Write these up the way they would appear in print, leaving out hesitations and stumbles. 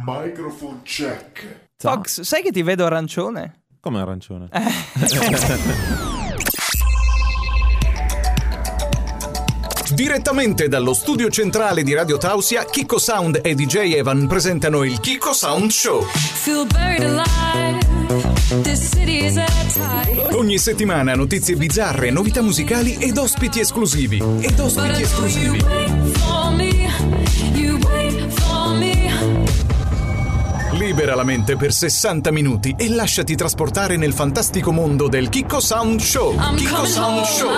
Microphone check. Fox, sai che ti vedo arancione? Come arancione? Direttamente dallo studio centrale di Radio Tausia, Chicco Sound e DJ Evan presentano il Chicco Sound Show. Ogni settimana notizie bizzarre, novità musicali ed ospiti esclusivi. Libera la mente per 60 minuti e lasciati trasportare nel fantastico mondo del Chicco Sound Show. Chicco Sound Show.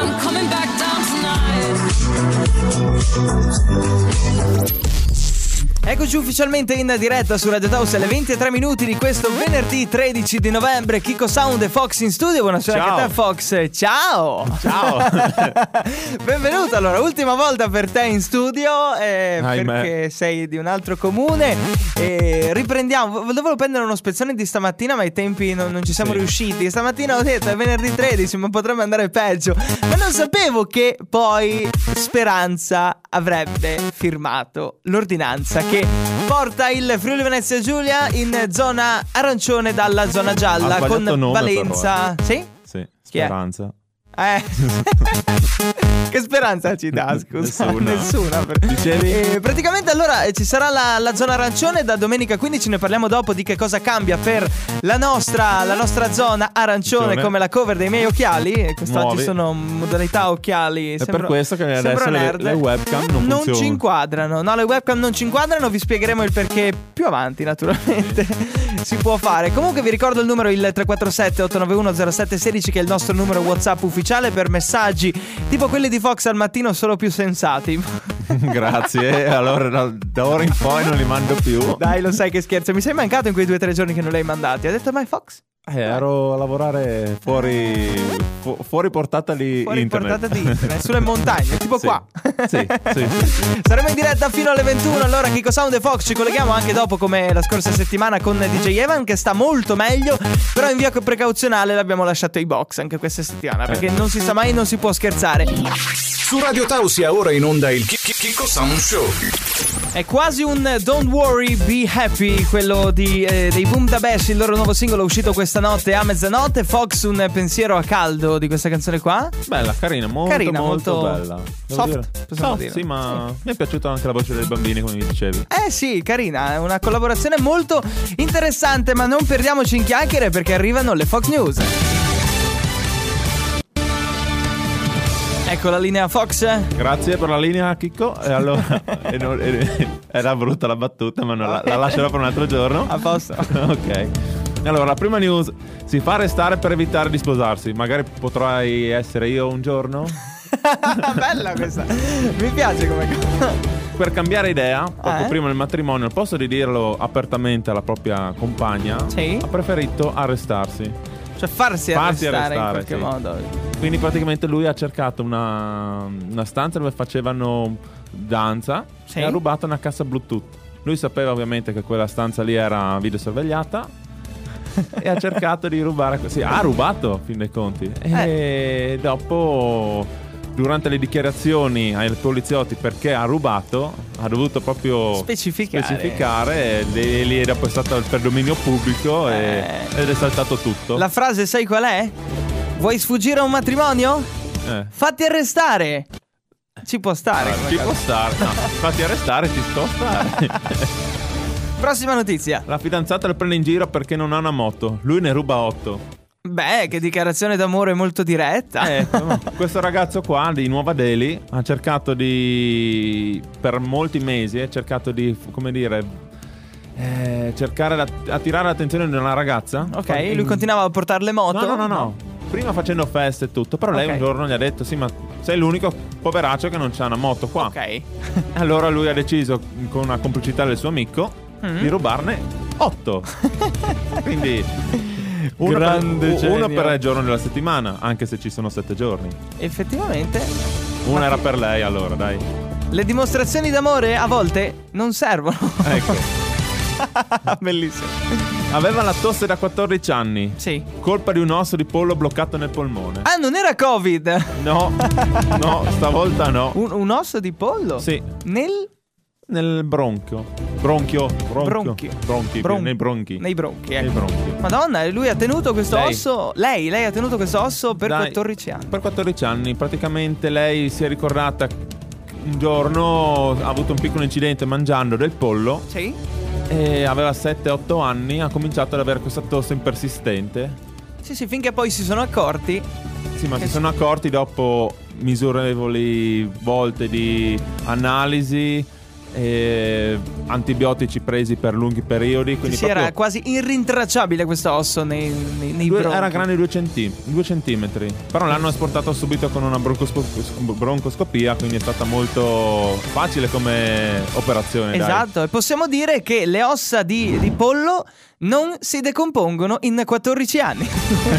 Eccoci ufficialmente in diretta su Radio Tausia alle 23 di questo venerdì 13 di novembre. Chicco Sound e Fox in studio. Buonasera anche a te, Fox. Ciao. Benvenuto. Allora, ultima volta per te in studio perché sei di un altro comune. Riprendiamo. Dovevo prendere uno spezzone di stamattina, ma ai tempi non ci siamo riusciti. Stamattina ho detto è venerdì 13, ma potrebbe andare peggio. Ma non sapevo che poi Speranza avrebbe firmato l'ordinanza che porta il Friuli Venezia Giulia in zona arancione dalla zona gialla con nome, Valenza. però, Sì? Sì, Speranza. Che speranza ci dà, scusa? Nessuna. Dicevi? Praticamente allora ci sarà la zona arancione da domenica 15. Ne parliamo dopo di che cosa cambia per la nostra zona arancione, come la cover dei miei occhiali. Quest'oggi sono modalità occhiali. È per questo che adesso le webcam non ci inquadrano. No, le webcam non ci inquadrano. Vi spiegheremo il perché più avanti, naturalmente. Si può fare. Comunque vi ricordo il numero, il 347 891 0716, che è il nostro numero WhatsApp ufficiale per messaggi tipo quelli di Fox al mattino, solo più sensati. Grazie. Allora da ora in poi non li mando più. Dai, lo sai che scherzo. Mi sei mancato in quei 2 o 3 giorni che non li hai mandati. Ha detto mai Fox? Ero a lavorare fuori portata di internet, sulle montagne, tipo qua. Sì. Saremo in diretta fino alle 21. Allora Chicco Sound e Fox ci colleghiamo anche dopo, come la scorsa settimana, con DJ Evan, che sta molto meglio. Però in via precauzionale l'abbiamo lasciato ai box anche questa settimana, perché non si sa mai, non si può scherzare. Su Radio Tausia ora in onda il Chicco Sound Show. È quasi un Don't Worry Be Happy, quello dei Boom Da Bash, il loro nuovo singolo uscito questa notte a mezzanotte. Fox, un pensiero a caldo di questa canzone qua? Bella, carina, molto bella. Soft, possiamo dire. Sì, ma mi è piaciuta anche la voce dei bambini, come mi dicevi. Sì, carina, è una collaborazione molto interessante, ma non perdiamoci in chiacchiere perché arrivano le Fox News. Ecco la linea Fox. Grazie per la linea, Chicco. E allora era brutta la battuta, ma la lascerò per un altro giorno. A posto. Ok. Allora, la prima news: si fa arrestare per evitare di sposarsi. Magari potrai essere io un giorno. Bella questa. Mi piace come cosa. Per cambiare idea, poco prima del matrimonio, al posto di dirlo apertamente alla propria compagna, ha preferito arrestarsi. Cioè farsi arrestare in qualche modo. Quindi praticamente lui ha cercato una stanza dove facevano danza e ha rubato una cassa Bluetooth. Lui sapeva ovviamente che quella stanza lì era videosorvegliata e ha cercato di rubare. Sì, ha rubato a fin dei conti. E dopo, durante le dichiarazioni ai poliziotti perché ha rubato, ha dovuto proprio specificare. Lì dopo è stato per dominio pubblico ed è saltato tutto. La frase sai qual è? Vuoi sfuggire a un matrimonio? Fatti arrestare. Ci può stare. Ci può stare. No, fatti arrestare, ci sto stare. Prossima notizia. La fidanzata lo prende in giro perché non ha una moto. Lui ne ruba 8. Beh, che dichiarazione d'amore molto diretta. Questo ragazzo qua di Nuova Delhi ha cercato per molti mesi, ha cercato di, come dire, cercare di attirare l'attenzione di una ragazza. Ok, lui continuava a portare le moto. No. Prima facendo feste e tutto. Però lei un giorno gli ha detto: sì, ma sei l'unico poveraccio che non c'ha una moto qua. Ok. Allora lui ha deciso, con una complicità del suo amico, di rubarne 8. Quindi uno per il giorno della settimana, anche se ci sono 7 giorni. Effettivamente. Una era per lei, allora, dai. Le dimostrazioni d'amore a volte non servono. Ecco. Bellissimo. Aveva la tosse da 14 anni. Sì. Colpa di un osso di pollo bloccato nel polmone. Ah, non era Covid? No, stavolta no. Un osso di pollo? Sì. Nel Nel bronchio. Nei bronchi. Madonna, e lui ha tenuto questo osso. Lei ha tenuto questo osso per 14 anni. Per 14 anni. Praticamente lei si è ricordata un giorno, ha avuto un piccolo incidente mangiando del pollo. Sì. E aveva 7-8 anni, ha cominciato ad avere questa tosse persistente. Sì, finché poi si sono accorti. Sì, ma si sono accorti dopo misurevoli volte di analisi e antibiotici presi per lunghi periodi. Quindi era quasi irrintracciabile questo osso nei bronchi. Era grande 2 centimetri. Però l'hanno esportato subito con una broncoscopia, quindi è stata molto facile come operazione. Esatto, dai. E possiamo dire che le ossa di pollo non si decompongono in 14 anni.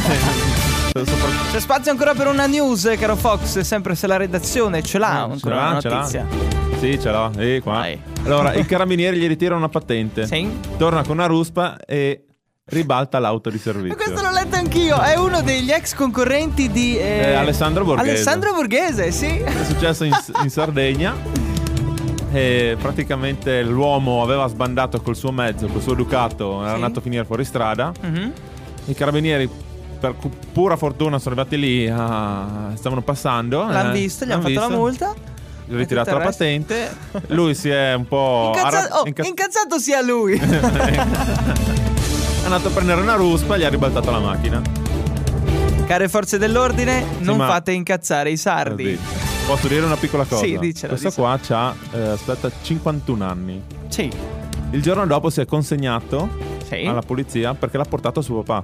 C'è spazio ancora per una news, caro Fox, sempre se la redazione ce l'ha ancora una notizia. Sì, ce l'ho. Qua. Vai. Allora, i carabinieri gli ritirano una patente. Sì. Torna con una ruspa e ribalta l'auto di servizio. Ma questo l'ho letto anch'io. È uno degli ex concorrenti di Alessandro Borghese. Alessandro Borghese, sì. È successo in Sardegna. E praticamente l'uomo aveva sbandato col suo mezzo, col suo Ducato, era andato a finire fuori strada. I carabinieri, per pura fortuna, sono arrivati lì, stavano passando. L'hanno visto, gli hanno fatto la multa. Gli ho ritirato la patente. Lui si è un po' incazzato sia lui. È andato a prendere una ruspa e gli ha ribaltato la macchina. Care forze dell'ordine, non fate incazzare i sardi. Posso dire una piccola cosa? Sì, dicela. Questo qua c'ha 51 anni. Sì. Il giorno dopo si è consegnato alla polizia perché l'ha portato suo papà.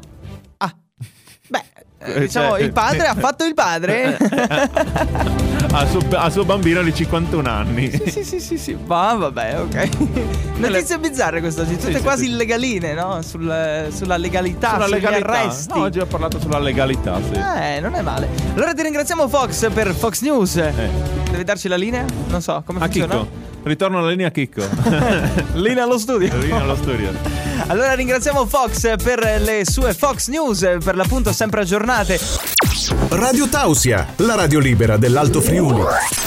Diciamo, il padre ha fatto il padre al suo bambino di 51 anni. Sì. Vabbè, ok. Notizie bizzarre quest'oggi, tutte quasi illegaline, no? Sulla legalità, sugli arresti. No, oggi ho parlato sulla legalità, sì. Non è male. Allora ti ringraziamo Fox per Fox News. Devi darci la linea? Non so, come funziona? Chicco. Ritorno alla linea Chicco. Linea allo studio. Allora ringraziamo Fox per le sue Fox News, per l'appunto sempre aggiornate. Radio Tausia, la radio libera dell'Alto Friuli.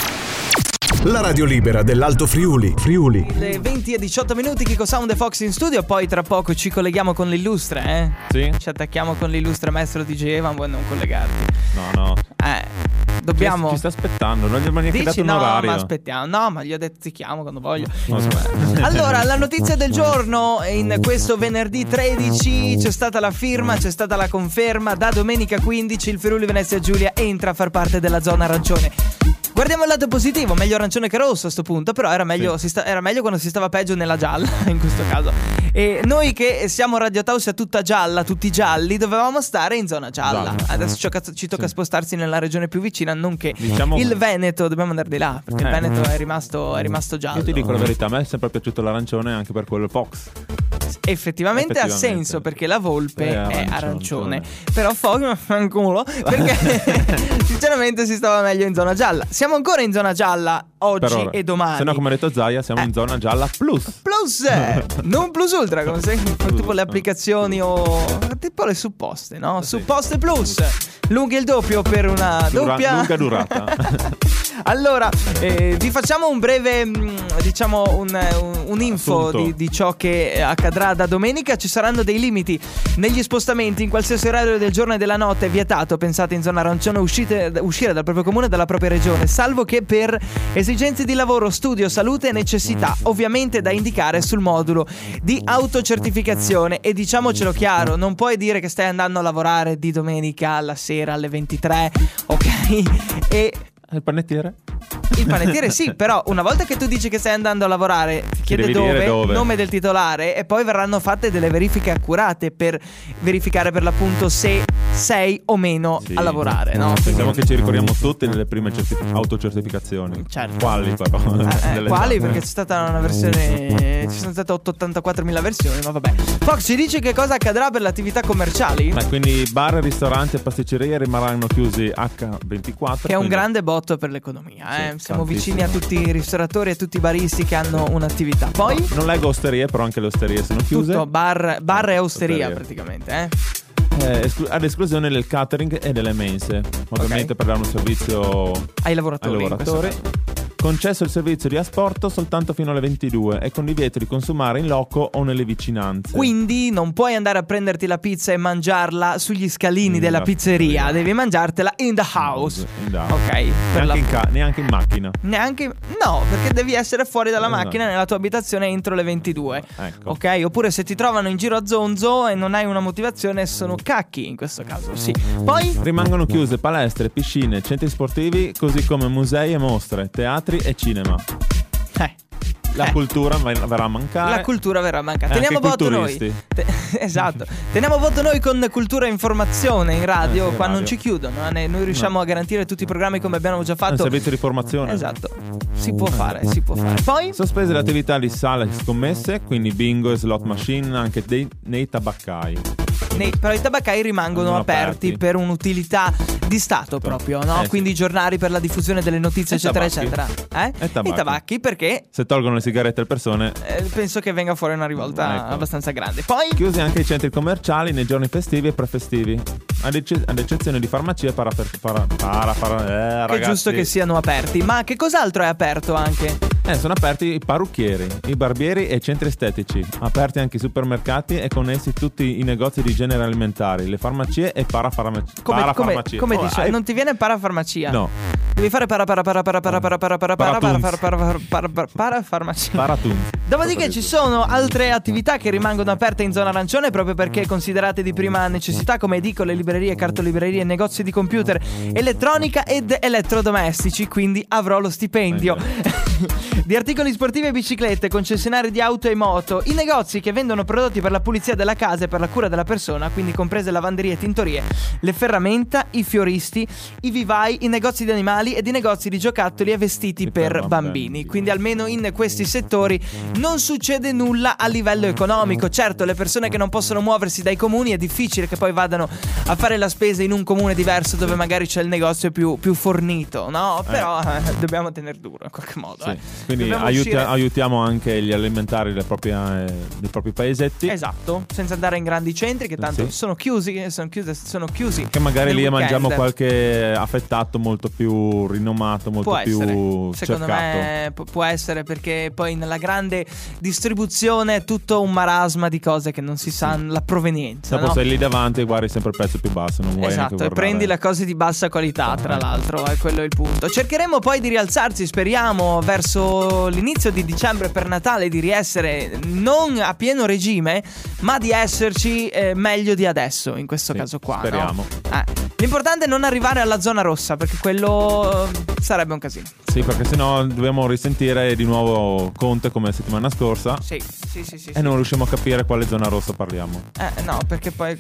La radio libera dell'Alto Friuli. Le 20:18, Chicco Sound e Fox in studio. Poi tra poco ci colleghiamo con l'illustre, Sì. Ci attacchiamo con l'illustre maestro DJ Evan. Vuoi non collegarti? No. Dobbiamo. Ci sta aspettando, non gli ho neanche dato un orario. Ma aspettiamo. No, ma gli ho detto ti chiamo quando voglio. Allora, la notizia del giorno in questo venerdì 13 c'è stata la firma, c'è stata la conferma. Da domenica 15 il Friuli Venezia Giulia entra a far parte della zona arancione. Guardiamo il lato positivo, meglio arancione che rosso a sto punto, però era meglio, era meglio quando si stava peggio nella gialla, in questo caso. E noi che siamo Radio Tausia tutta gialla, tutti gialli, dovevamo stare in zona gialla. Adesso ci tocca spostarsi nella regione più vicina, nonché il Veneto, dobbiamo andare di là, perché il Veneto è rimasto giallo. Io ti dico la verità, a me è sempre piaciuto l'arancione anche per quello Fox. Effettivamente ha senso, perché la volpe è arancione. Però Fox fa un culo, perché sinceramente si stava meglio in zona gialla. Siamo ancora in zona gialla oggi e domani. Se no, come ha detto Zaia, siamo in zona gialla plus. Non plus ultra, come se tipo le applicazioni o tipo le supposte, no? Supposte plus. Lunghe il doppio per una doppia lunga durata. Allora, vi facciamo un breve, diciamo, un info di ciò che accadrà da domenica. Ci saranno dei limiti negli spostamenti in qualsiasi orario del giorno e della notte. È vietato, pensate, in zona arancione uscire dal proprio comune e dalla propria regione, salvo che per esigenze di lavoro, studio, salute e necessità, ovviamente da indicare sul modulo di autocertificazione. E diciamocelo chiaro, non puoi dire che stai andando a lavorare di domenica alla sera alle 23, ok? E il panettiere? Il panettiere sì, però una volta che tu dici che stai andando a lavorare, ti chiede dove, nome del titolare, e poi verranno fatte delle verifiche accurate per verificare per l'appunto se sei o meno a lavorare, no? Pensiamo che ci ricordiamo tutte delle prime autocertificazioni. Certo. Quali però? Quali? Perché c'è stata una versione, ci sono state 84.000 versioni, ma vabbè. Fox ci dice che cosa accadrà per le attività commerciali? Quindi bar, ristoranti e pasticcerie rimarranno chiusi H24. Che è un grande botto per l'economia, Siamo vicini a tutti i ristoratori e a tutti i baristi che hanno un'attività. Poi non leggo osterie, però anche le osterie sono chiuse. Tutto bar e osteria praticamente, ad esclusione del catering e delle mense, ovviamente per dare un servizio ai lavoratori. Concesso il servizio di asporto soltanto fino alle 22 e con divieto di consumare in loco o nelle vicinanze. Quindi non puoi andare a prenderti la pizza e mangiarla sugli scalini della pizzeria, devi mangiartla in the house. Ok. Neanche in macchina. No, perché devi essere fuori dalla macchina nella tua abitazione entro le 22. Ecco. Ok? Oppure se ti trovano in giro a zonzo e non hai una motivazione, sono cacchi in questo caso, sì. Poi rimangono chiuse palestre, piscine, centri sportivi, così come musei e mostre, teatri e cinema. La cultura verrà a mancare. La cultura verrà a mancare. Teniamo voto noi. Esatto. Teniamo voto noi con cultura e informazione in radio. Qua non ci chiudono. Noi riusciamo a garantire tutti i programmi come abbiamo già fatto. Un servizio di formazione. Esatto. Si può fare. Poi sospese le attività di sala e scommesse, quindi bingo e slot machine anche nei tabaccai. Però i tabaccai rimangono aperti per un'utilità di Stato proprio, no? Quindi giornali per la diffusione delle notizie, eccetera, eccetera. I tabacchi perché se tolgono le sigarette alle persone penso che venga fuori una rivolta abbastanza grande. Poi chiusi anche i centri commerciali nei giorni festivi e prefestivi, ad eccezione di farmacie che è giusto che siano aperti. Ma che cos'altro è aperto anche? Sono aperti i parrucchieri, i barbieri e i centri estetici. Aperti anche i supermercati e connessi tutti i negozi di genere alimentari, le farmacie e parafarmacie. Come dice? Non ti viene parafarmacia? No. Devi fare parafarmacia. Dopodiché ci sono altre attività che rimangono aperte in zona arancione proprio perché considerate di prima necessità, come edicole, librerie, cartolibrerie, negozi di computer, elettronica ed elettrodomestici. Quindi avrò lo stipendio. Di articoli sportivi e biciclette, concessionari di auto e moto, i negozi che vendono prodotti per la pulizia della casa e per la cura della persona, quindi comprese lavanderie e tintorie, le ferramenta, i fioristi, i vivai, i negozi di animali ed i negozi di giocattoli e vestiti per bambini. Quindi almeno in questi settori non succede nulla a livello economico. Certo, le persone che non possono muoversi dai comuni è difficile che poi vadano a fare la spesa in un comune diverso dove magari c'è il negozio più fornito, no? Però dobbiamo tenere duro in qualche modo. Quindi aiutiamo anche gli alimentari dei propri paesetti. Esatto, senza andare in grandi centri che tanto sono chiusi. Che magari lì mangiamo qualche affettato molto più rinomato, molto più secondo cercato. Me può essere, perché poi nella grande distribuzione è tutto un marasma di cose che non si sa la provenienza. Dopo sei lì davanti e guardi sempre il prezzo più basso, non vuoi esatto, e prendi le cose di bassa qualità, tra l'altro, è quello il punto. Cercheremo poi di rialzarsi, speriamo, verso l'inizio di dicembre per Natale, di riessere non a pieno regime, ma di esserci meglio di adesso in questo caso qua. Speriamo. No? L'importante è non arrivare alla zona rossa, perché quello sarebbe un casino. Sì, perché sennò dobbiamo risentire di nuovo Conte come settimana scorsa. Sì. E non riusciamo a capire quale zona rossa parliamo. No, perché poi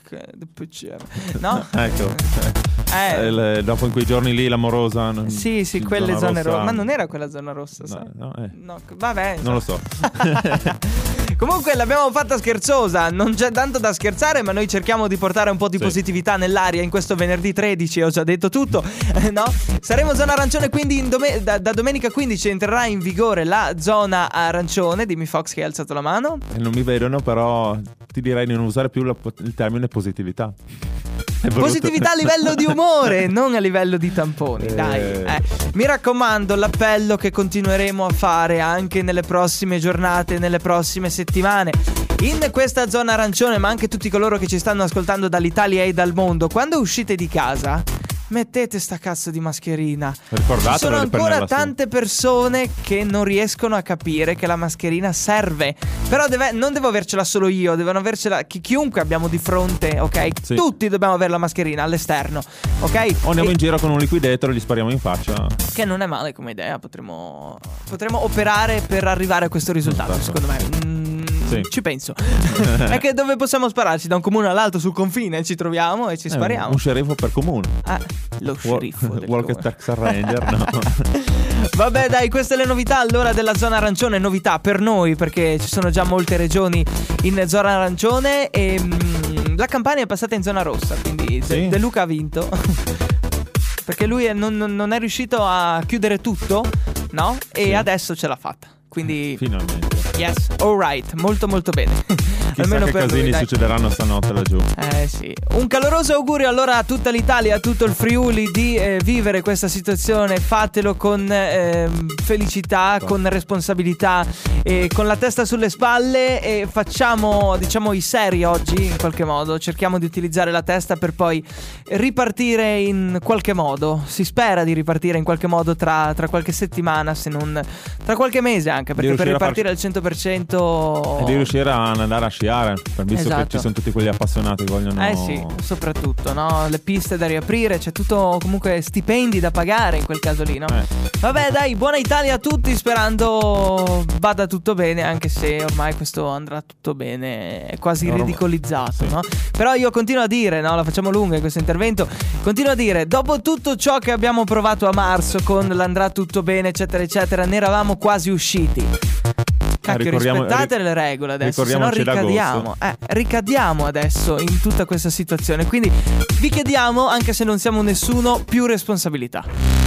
no? Ecco. Dopo in quei giorni lì l'amorosa Sì, quelle zone rosse. Ma non era quella zona rossa, no, vabbè, non lo so. Comunque l'abbiamo fatta scherzosa, non c'è tanto da scherzare, ma noi cerchiamo di portare un po' di positività nell'aria in questo venerdì 13, ho già detto tutto, no? Saremo zona arancione, quindi da domenica 15 entrerà in vigore la zona arancione. Dimmi Fox che hai alzato la mano. Non mi vedono, però ti direi di non usare più il termine positività. Positività a livello di umore, non a livello di tamponi, dai. Mi raccomando, l'appello che continueremo a fare anche nelle prossime giornate, nelle prossime settimane, in questa zona arancione, ma anche tutti coloro che ci stanno ascoltando dall'Italia e dal mondo: quando uscite di casa, mettete sta cazzo di mascherina. Ci sono ancora tante persone che non riescono a capire che la mascherina serve. Però non devo avercela solo io, devono avercela chiunque abbiamo di fronte, ok? Sì. Tutti dobbiamo avere la mascherina all'esterno, ok? O andiamo in giro con un liquidetro e gli spariamo in faccia. Che non è male come idea, potremmo operare per arrivare a questo risultato, secondo me. Ci penso. È che dove possiamo spararci? Da un comune all'altro, sul confine ci troviamo e ci spariamo. Un sceriffo per comune. Lo sceriffo del Walker Texas Ranger, no. Vabbè, dai, queste le novità allora della zona arancione. Novità per noi, perché ci sono già molte regioni in zona arancione e la Campania è passata in zona rossa, quindi De Luca ha vinto. Perché lui non è riuscito a chiudere tutto, no? E adesso ce l'ha fatta. Quindi finalmente Yes, alright, molto molto bene. Chissà Almeno che per casini lui, succederanno stanotte laggiù. Sì. Un caloroso augurio allora a tutta l'Italia, a tutto il Friuli di vivere questa situazione. Fatelo con felicità, con responsabilità e con la testa sulle spalle, e facciamo, diciamo, i seri oggi in qualche modo. Cerchiamo di utilizzare la testa per poi ripartire in qualche modo. Si spera di ripartire in qualche modo tra qualche settimana, se non tra qualche mese anche, perché per ripartire al 100% e di riuscire ad andare a sciare, visto che ci sono tutti quelli appassionati che vogliono. Sì, soprattutto, no? Le piste da riaprire, c'è tutto, comunque stipendi da pagare in quel caso lì, no? Vabbè, dai, buona Italia a tutti, sperando vada tutto bene, anche se ormai questo andrà tutto bene è quasi ridicolizzato, no? Però io continuo a dire, no? La facciamo lunga in questo intervento. Continuo a dire, dopo tutto ciò che abbiamo provato a marzo con l'andrà tutto bene, eccetera eccetera, ne eravamo quasi usciti. Cacchio, rispettate le regole adesso, se no ricadiamo. Ricadiamo adesso in tutta questa situazione. Quindi vi chiediamo, anche se non siamo nessuno, più responsabilità.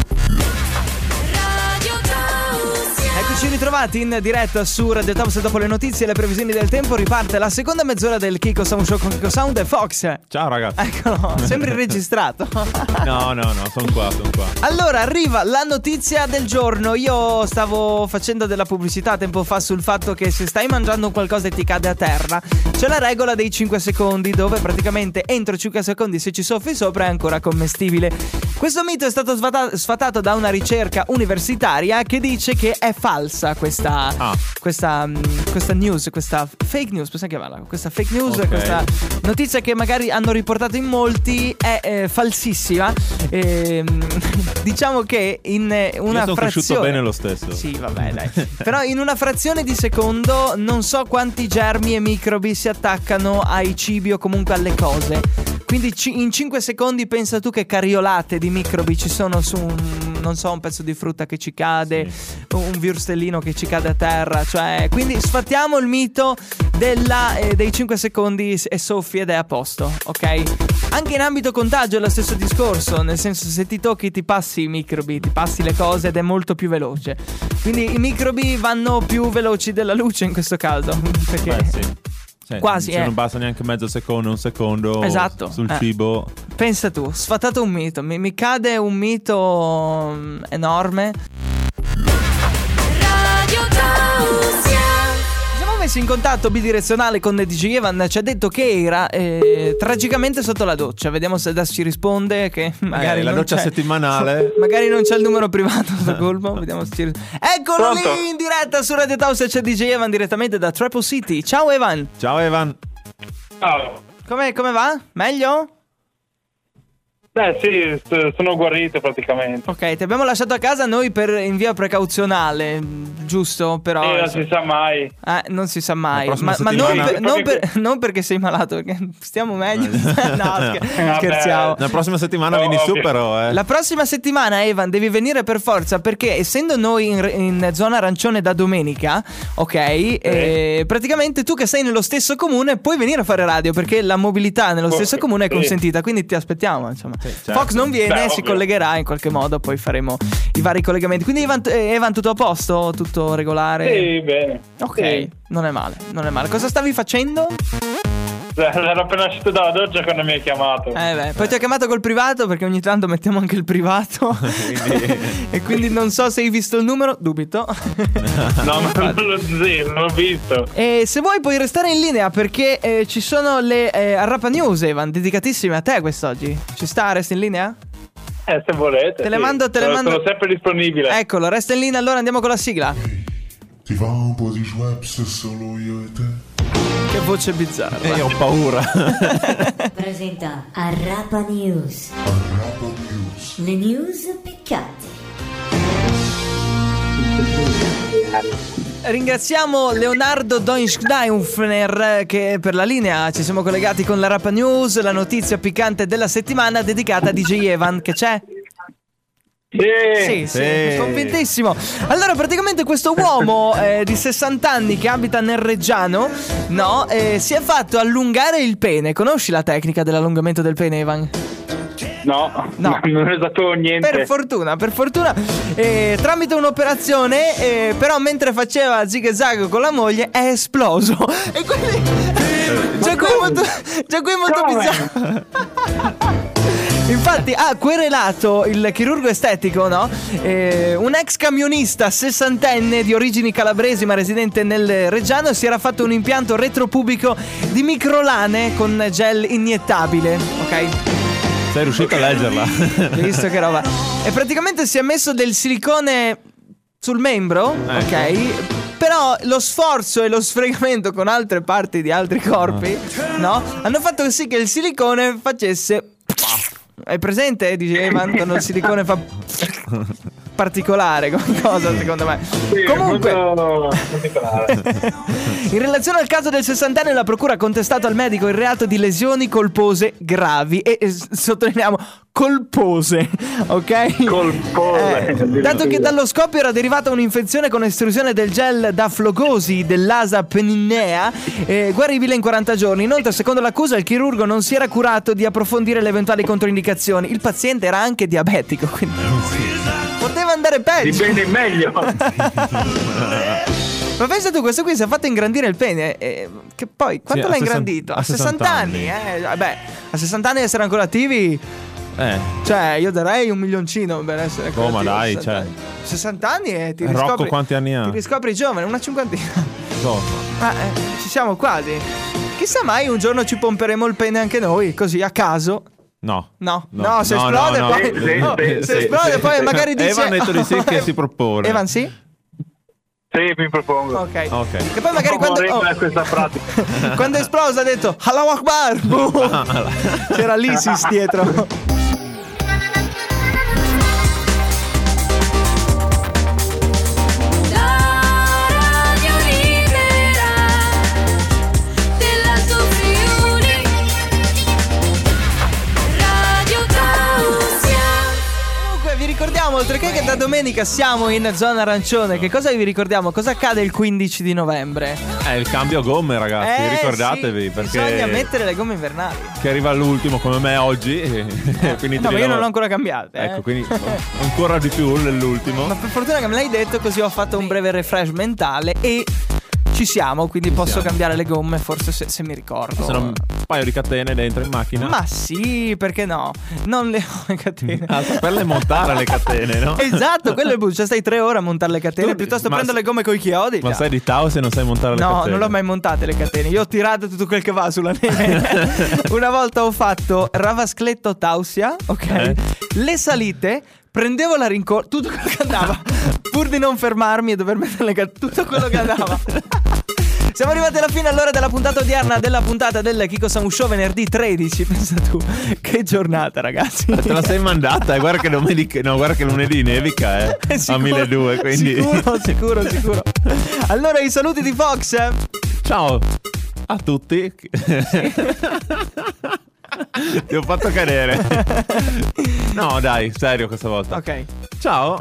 Eccoci ritrovati in diretta su Radio Tops. Dopo le notizie e le previsioni del tempo riparte la seconda mezz'ora del Kiko Sound Show con Kiko Sound e Fox. Ciao ragazzi. Eccolo, sembri registrato. No, sono qua. Allora arriva la notizia del giorno. Io stavo facendo della pubblicità tempo fa sul fatto che se stai mangiando qualcosa e ti cade a terra, c'è la regola dei 5 secondi, dove praticamente entro 5 secondi se ci soffi sopra è ancora commestibile. Questo mito è stato sfatato da una ricerca universitaria che dice che è falsa questa news, questa fake news, possiamo chiamarla? Questa fake news, okay. Questa notizia che magari hanno riportato in molti è falsissima. Diciamo che in una sono cresciuto bene lo stesso. Sì, vabbè, dai. Però in una frazione di secondo non so quanti germi e microbi si attaccano ai cibi o comunque alle cose. Quindi in 5 secondi pensa tu che cariolate di microbi ci sono su un pezzo di frutta che ci cade, un würstelino che ci cade a terra, cioè, quindi sfattiamo il mito dei 5 secondi e soffi ed è a posto, ok? Anche in ambito contagio è lo stesso discorso, nel senso, se ti tocchi ti passi i microbi, ti passi le cose ed è molto più veloce. Quindi i microbi vanno più veloci della luce in questo caso, perché quasi non basta neanche mezzo secondo, un secondo. Esatto. Sul cibo. Pensa tu, sfatato un mito. Mi cade un mito enorme. Radio Tausia. Siamo messi in contatto bidirezionale con DJ Evan. Ci ha detto che era tragicamente sotto la doccia. Vediamo se adesso ci risponde. Che magari la doccia settimanale. Magari non c'è il numero privato sto colpo. Vediamo se ci Eccolo. Pronto? Lì in diretta su Radio Tausia c'è DJ Evan direttamente da Triple City. Ciao Evan. Ciao Evan. Ciao. Come va? Meglio? Beh sì, sono guarito praticamente. Ok, ti abbiamo lasciato a casa noi in via precauzionale, giusto? Però non si sa mai. Non si sa mai. Ma non perché sei malato, perché stiamo meglio. No, scherziamo. La prossima settimana vieni su però. La prossima settimana, Evan, devi venire per forza, perché essendo noi in zona arancione da domenica, ok? Praticamente tu che sei nello stesso comune puoi venire a fare radio, perché la mobilità nello stesso comune è consentita, quindi ti aspettiamo, insomma. Certo. Fox non viene, si collegherà in qualche modo, poi faremo i vari collegamenti. Quindi Evan, tutto a posto? Tutto regolare? Sì, bene. Ok, sì. Non è male. Cosa stavi facendo? Ero appena uscito dalla doccia quando mi hai chiamato. Poi ti ho chiamato col privato, perché ogni tanto mettiamo anche il privato. E quindi non so se hai visto il numero. Dubito. No, ma non l'ho visto. E se vuoi puoi restare in linea, perché ci sono le Arrapa News, Evan, dedicatissime a te quest'oggi. Ci sta? Resti in linea? Se volete. Te le mando. Sono sempre disponibile. Eccolo, resta in linea, allora andiamo con la sigla. Ti va un po' di Schweppes solo io e te? Che voce bizzarra. Ho paura. Presenta Arrapa News. Arrapa News. Le news piccanti. Ringraziamo Leonardo Doinschneifner che per la linea. Ci siamo collegati con la Arrapa News, la notizia piccante della settimana dedicata a DJ Evan. Che c'è? Sì, convintissimo. Allora, praticamente questo uomo di 60 anni che abita nel Reggiano, si è fatto allungare il pene. Conosci la tecnica dell'allungamento del pene, Evan? No, non è stato niente. Per fortuna. Tramite un'operazione, però mentre faceva zig zag con la moglie è esploso. E quindi già qui è molto bizzarro. Infatti ha querelato il chirurgo estetico, no? Un ex camionista 60enne di origini calabresi ma residente nel Reggiano si era fatto un impianto retropubico di microlane con gel iniettabile, ok? Sei riuscito a leggerla? Visto che roba. E praticamente si è messo del silicone sul membro, ok? Però lo sforzo e lo sfregamento con altre parti di altri corpi, no? Hanno fatto sì che il silicone facesse... Hai presente? Dice Evan, quando il silicone fa particolare come cosa, secondo me. Sì, comunque particolare. in relazione al caso del 60enne, la procura ha contestato al medico il reato di lesioni colpose gravi e sottolineiamo colpose, ok? Colpose. Dato che dallo scoppio era derivata un'infezione con estrusione del gel da flogosi dell'asa peninnea, guaribile in 40 giorni. Inoltre, secondo l'accusa, il chirurgo non si era curato di approfondire le eventuali controindicazioni. Il paziente era anche diabetico, quindi poteva andare peggio. Di bene in meglio. Ma pensa tu, questo qui si è fatto ingrandire il pene, che poi quanto l'ha ingrandito? A 60 anni. Vabbè, a 60 anni essere ancora attivi. Cioè, io darei $1 milioncino per essere ancora attivo. Ma dai, 60 anni e ti Rocco riscopri. quanti anni ha? Ti riscopri giovane, una cinquantina. Insomma. Ci siamo quasi. Chissà mai un giorno ci pomperemo il pene anche noi, così a caso. No, se esplode poi se esplode poi magari dice Evan ha detto di sì che si propone. Evan sì? Sì, mi propongo. Ok. Che poi magari quando questa pratica. quando è esploso ha detto Allahu Akbar. C'era l'ISIS dietro. Oltre che da domenica siamo in zona arancione, che cosa vi ricordiamo? Cosa accade il 15 di novembre? Il cambio gomme, ragazzi, ricordatevi, sì, perché bisogna mettere le gomme invernali. Che arriva all'ultimo come me oggi. Quindi no, ma io non l'ho ancora cambiato. Ecco, quindi ancora di più nell'ultimo. Ma per fortuna che me l'hai detto, così ho fatto un breve refresh mentale e ci siamo, quindi posso cambiare le gomme, forse se mi ricordo. Sono un paio di catene dentro in macchina. Ma sì, perché no? Non le ho le catene. Saperle montare le catene, no? Esatto, quello è il buio. Cioè stai 3 ore a montare le catene, piuttosto prendo le gomme coi chiodi. Ma sai di Tao se non sai montare le catene? No, non l'ho mai montate le catene. Io ho tirato tutto quel che va sulla neve. Una volta ho fatto Ravascletto Tausia, ok? Le salite, prendevo la rincorsa, tutto quello che andava, pur di non fermarmi e dover mettere le catene, tutto quello che andava. Siamo arrivati alla fine allora della puntata odierna, della puntata del Chicco Samu Show, venerdì 13. Pensa tu, che giornata, ragazzi. Te la sei mandata, guarda che lunedì nevica, sicuro, a 1200, quindi sicuro. Allora i saluti di Fox. Ciao a tutti. Ti ho fatto cadere. No, dai, serio questa volta. Ok. Ciao,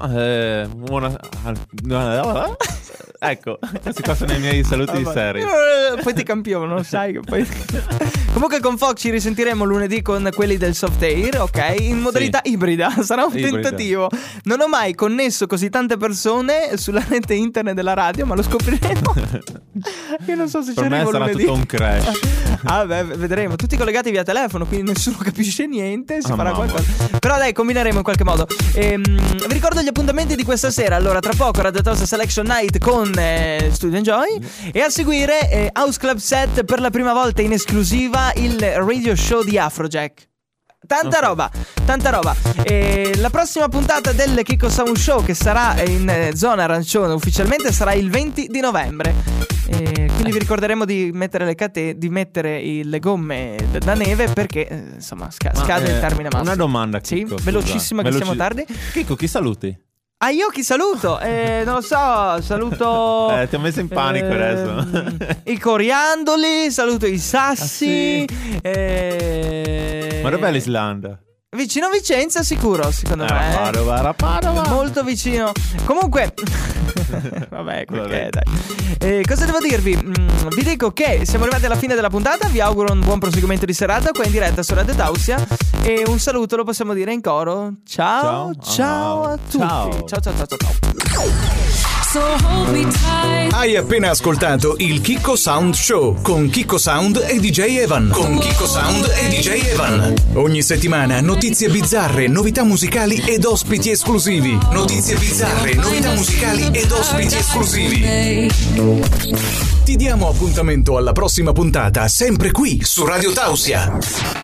ecco, questi qua sono i miei saluti seri. Poi ti campiono, lo sai che poi... Comunque con Fox ci risentiremo lunedì con quelli del Soft Air, ok? In modalità ibrida, sarà un tentativo. Non ho mai connesso così tante persone sulla rete internet della radio, ma lo scopriremo. Io non so se ci arrivo lunedì. Per me sarà tutto un crash. Beh, vedremo. Tutti collegati via telefono, quindi nessuno capisce niente. Si farà qualcosa. Però dai, combineremo in qualche modo. Vi ricordo gli appuntamenti di questa sera. Allora, tra poco Radio Toast Selection Night con Studio Enjoy. E a seguire House Club Set, per la prima volta in esclusiva il radio show di Afrojack. Tanta roba. La prossima puntata del Chicco Samu Show, che sarà in zona arancione ufficialmente, sarà il 20 di novembre. Quindi vi ricorderemo di mettere le gomme da neve, perché insomma scade il termine massimo. Una domanda, Chicco, sì, velocissima, che siamo tardi. Chicco, chi saluti? Io chi saluto? Non lo so, saluto... ti ho messo in panico adesso. I coriandoli, saluto i sassi. Ma dov'è l'Islanda? Vicino a Vicenza sicuro, secondo me. Padova. Molto vicino. Comunque vabbè, dai. Cosa devo dirvi? Vi dico che siamo arrivati alla fine della puntata. Vi auguro un buon proseguimento di serata qua in diretta su Radio Tausia. E un saluto lo possiamo dire in coro. Ciao a tutti. Ciao. Hai appena ascoltato il Chicco Sound Show con Chicco Sound e DJ Evan. Ogni settimana notizie bizzarre, novità musicali ed ospiti esclusivi. Ti diamo appuntamento alla prossima puntata, sempre qui su Radio Tausia.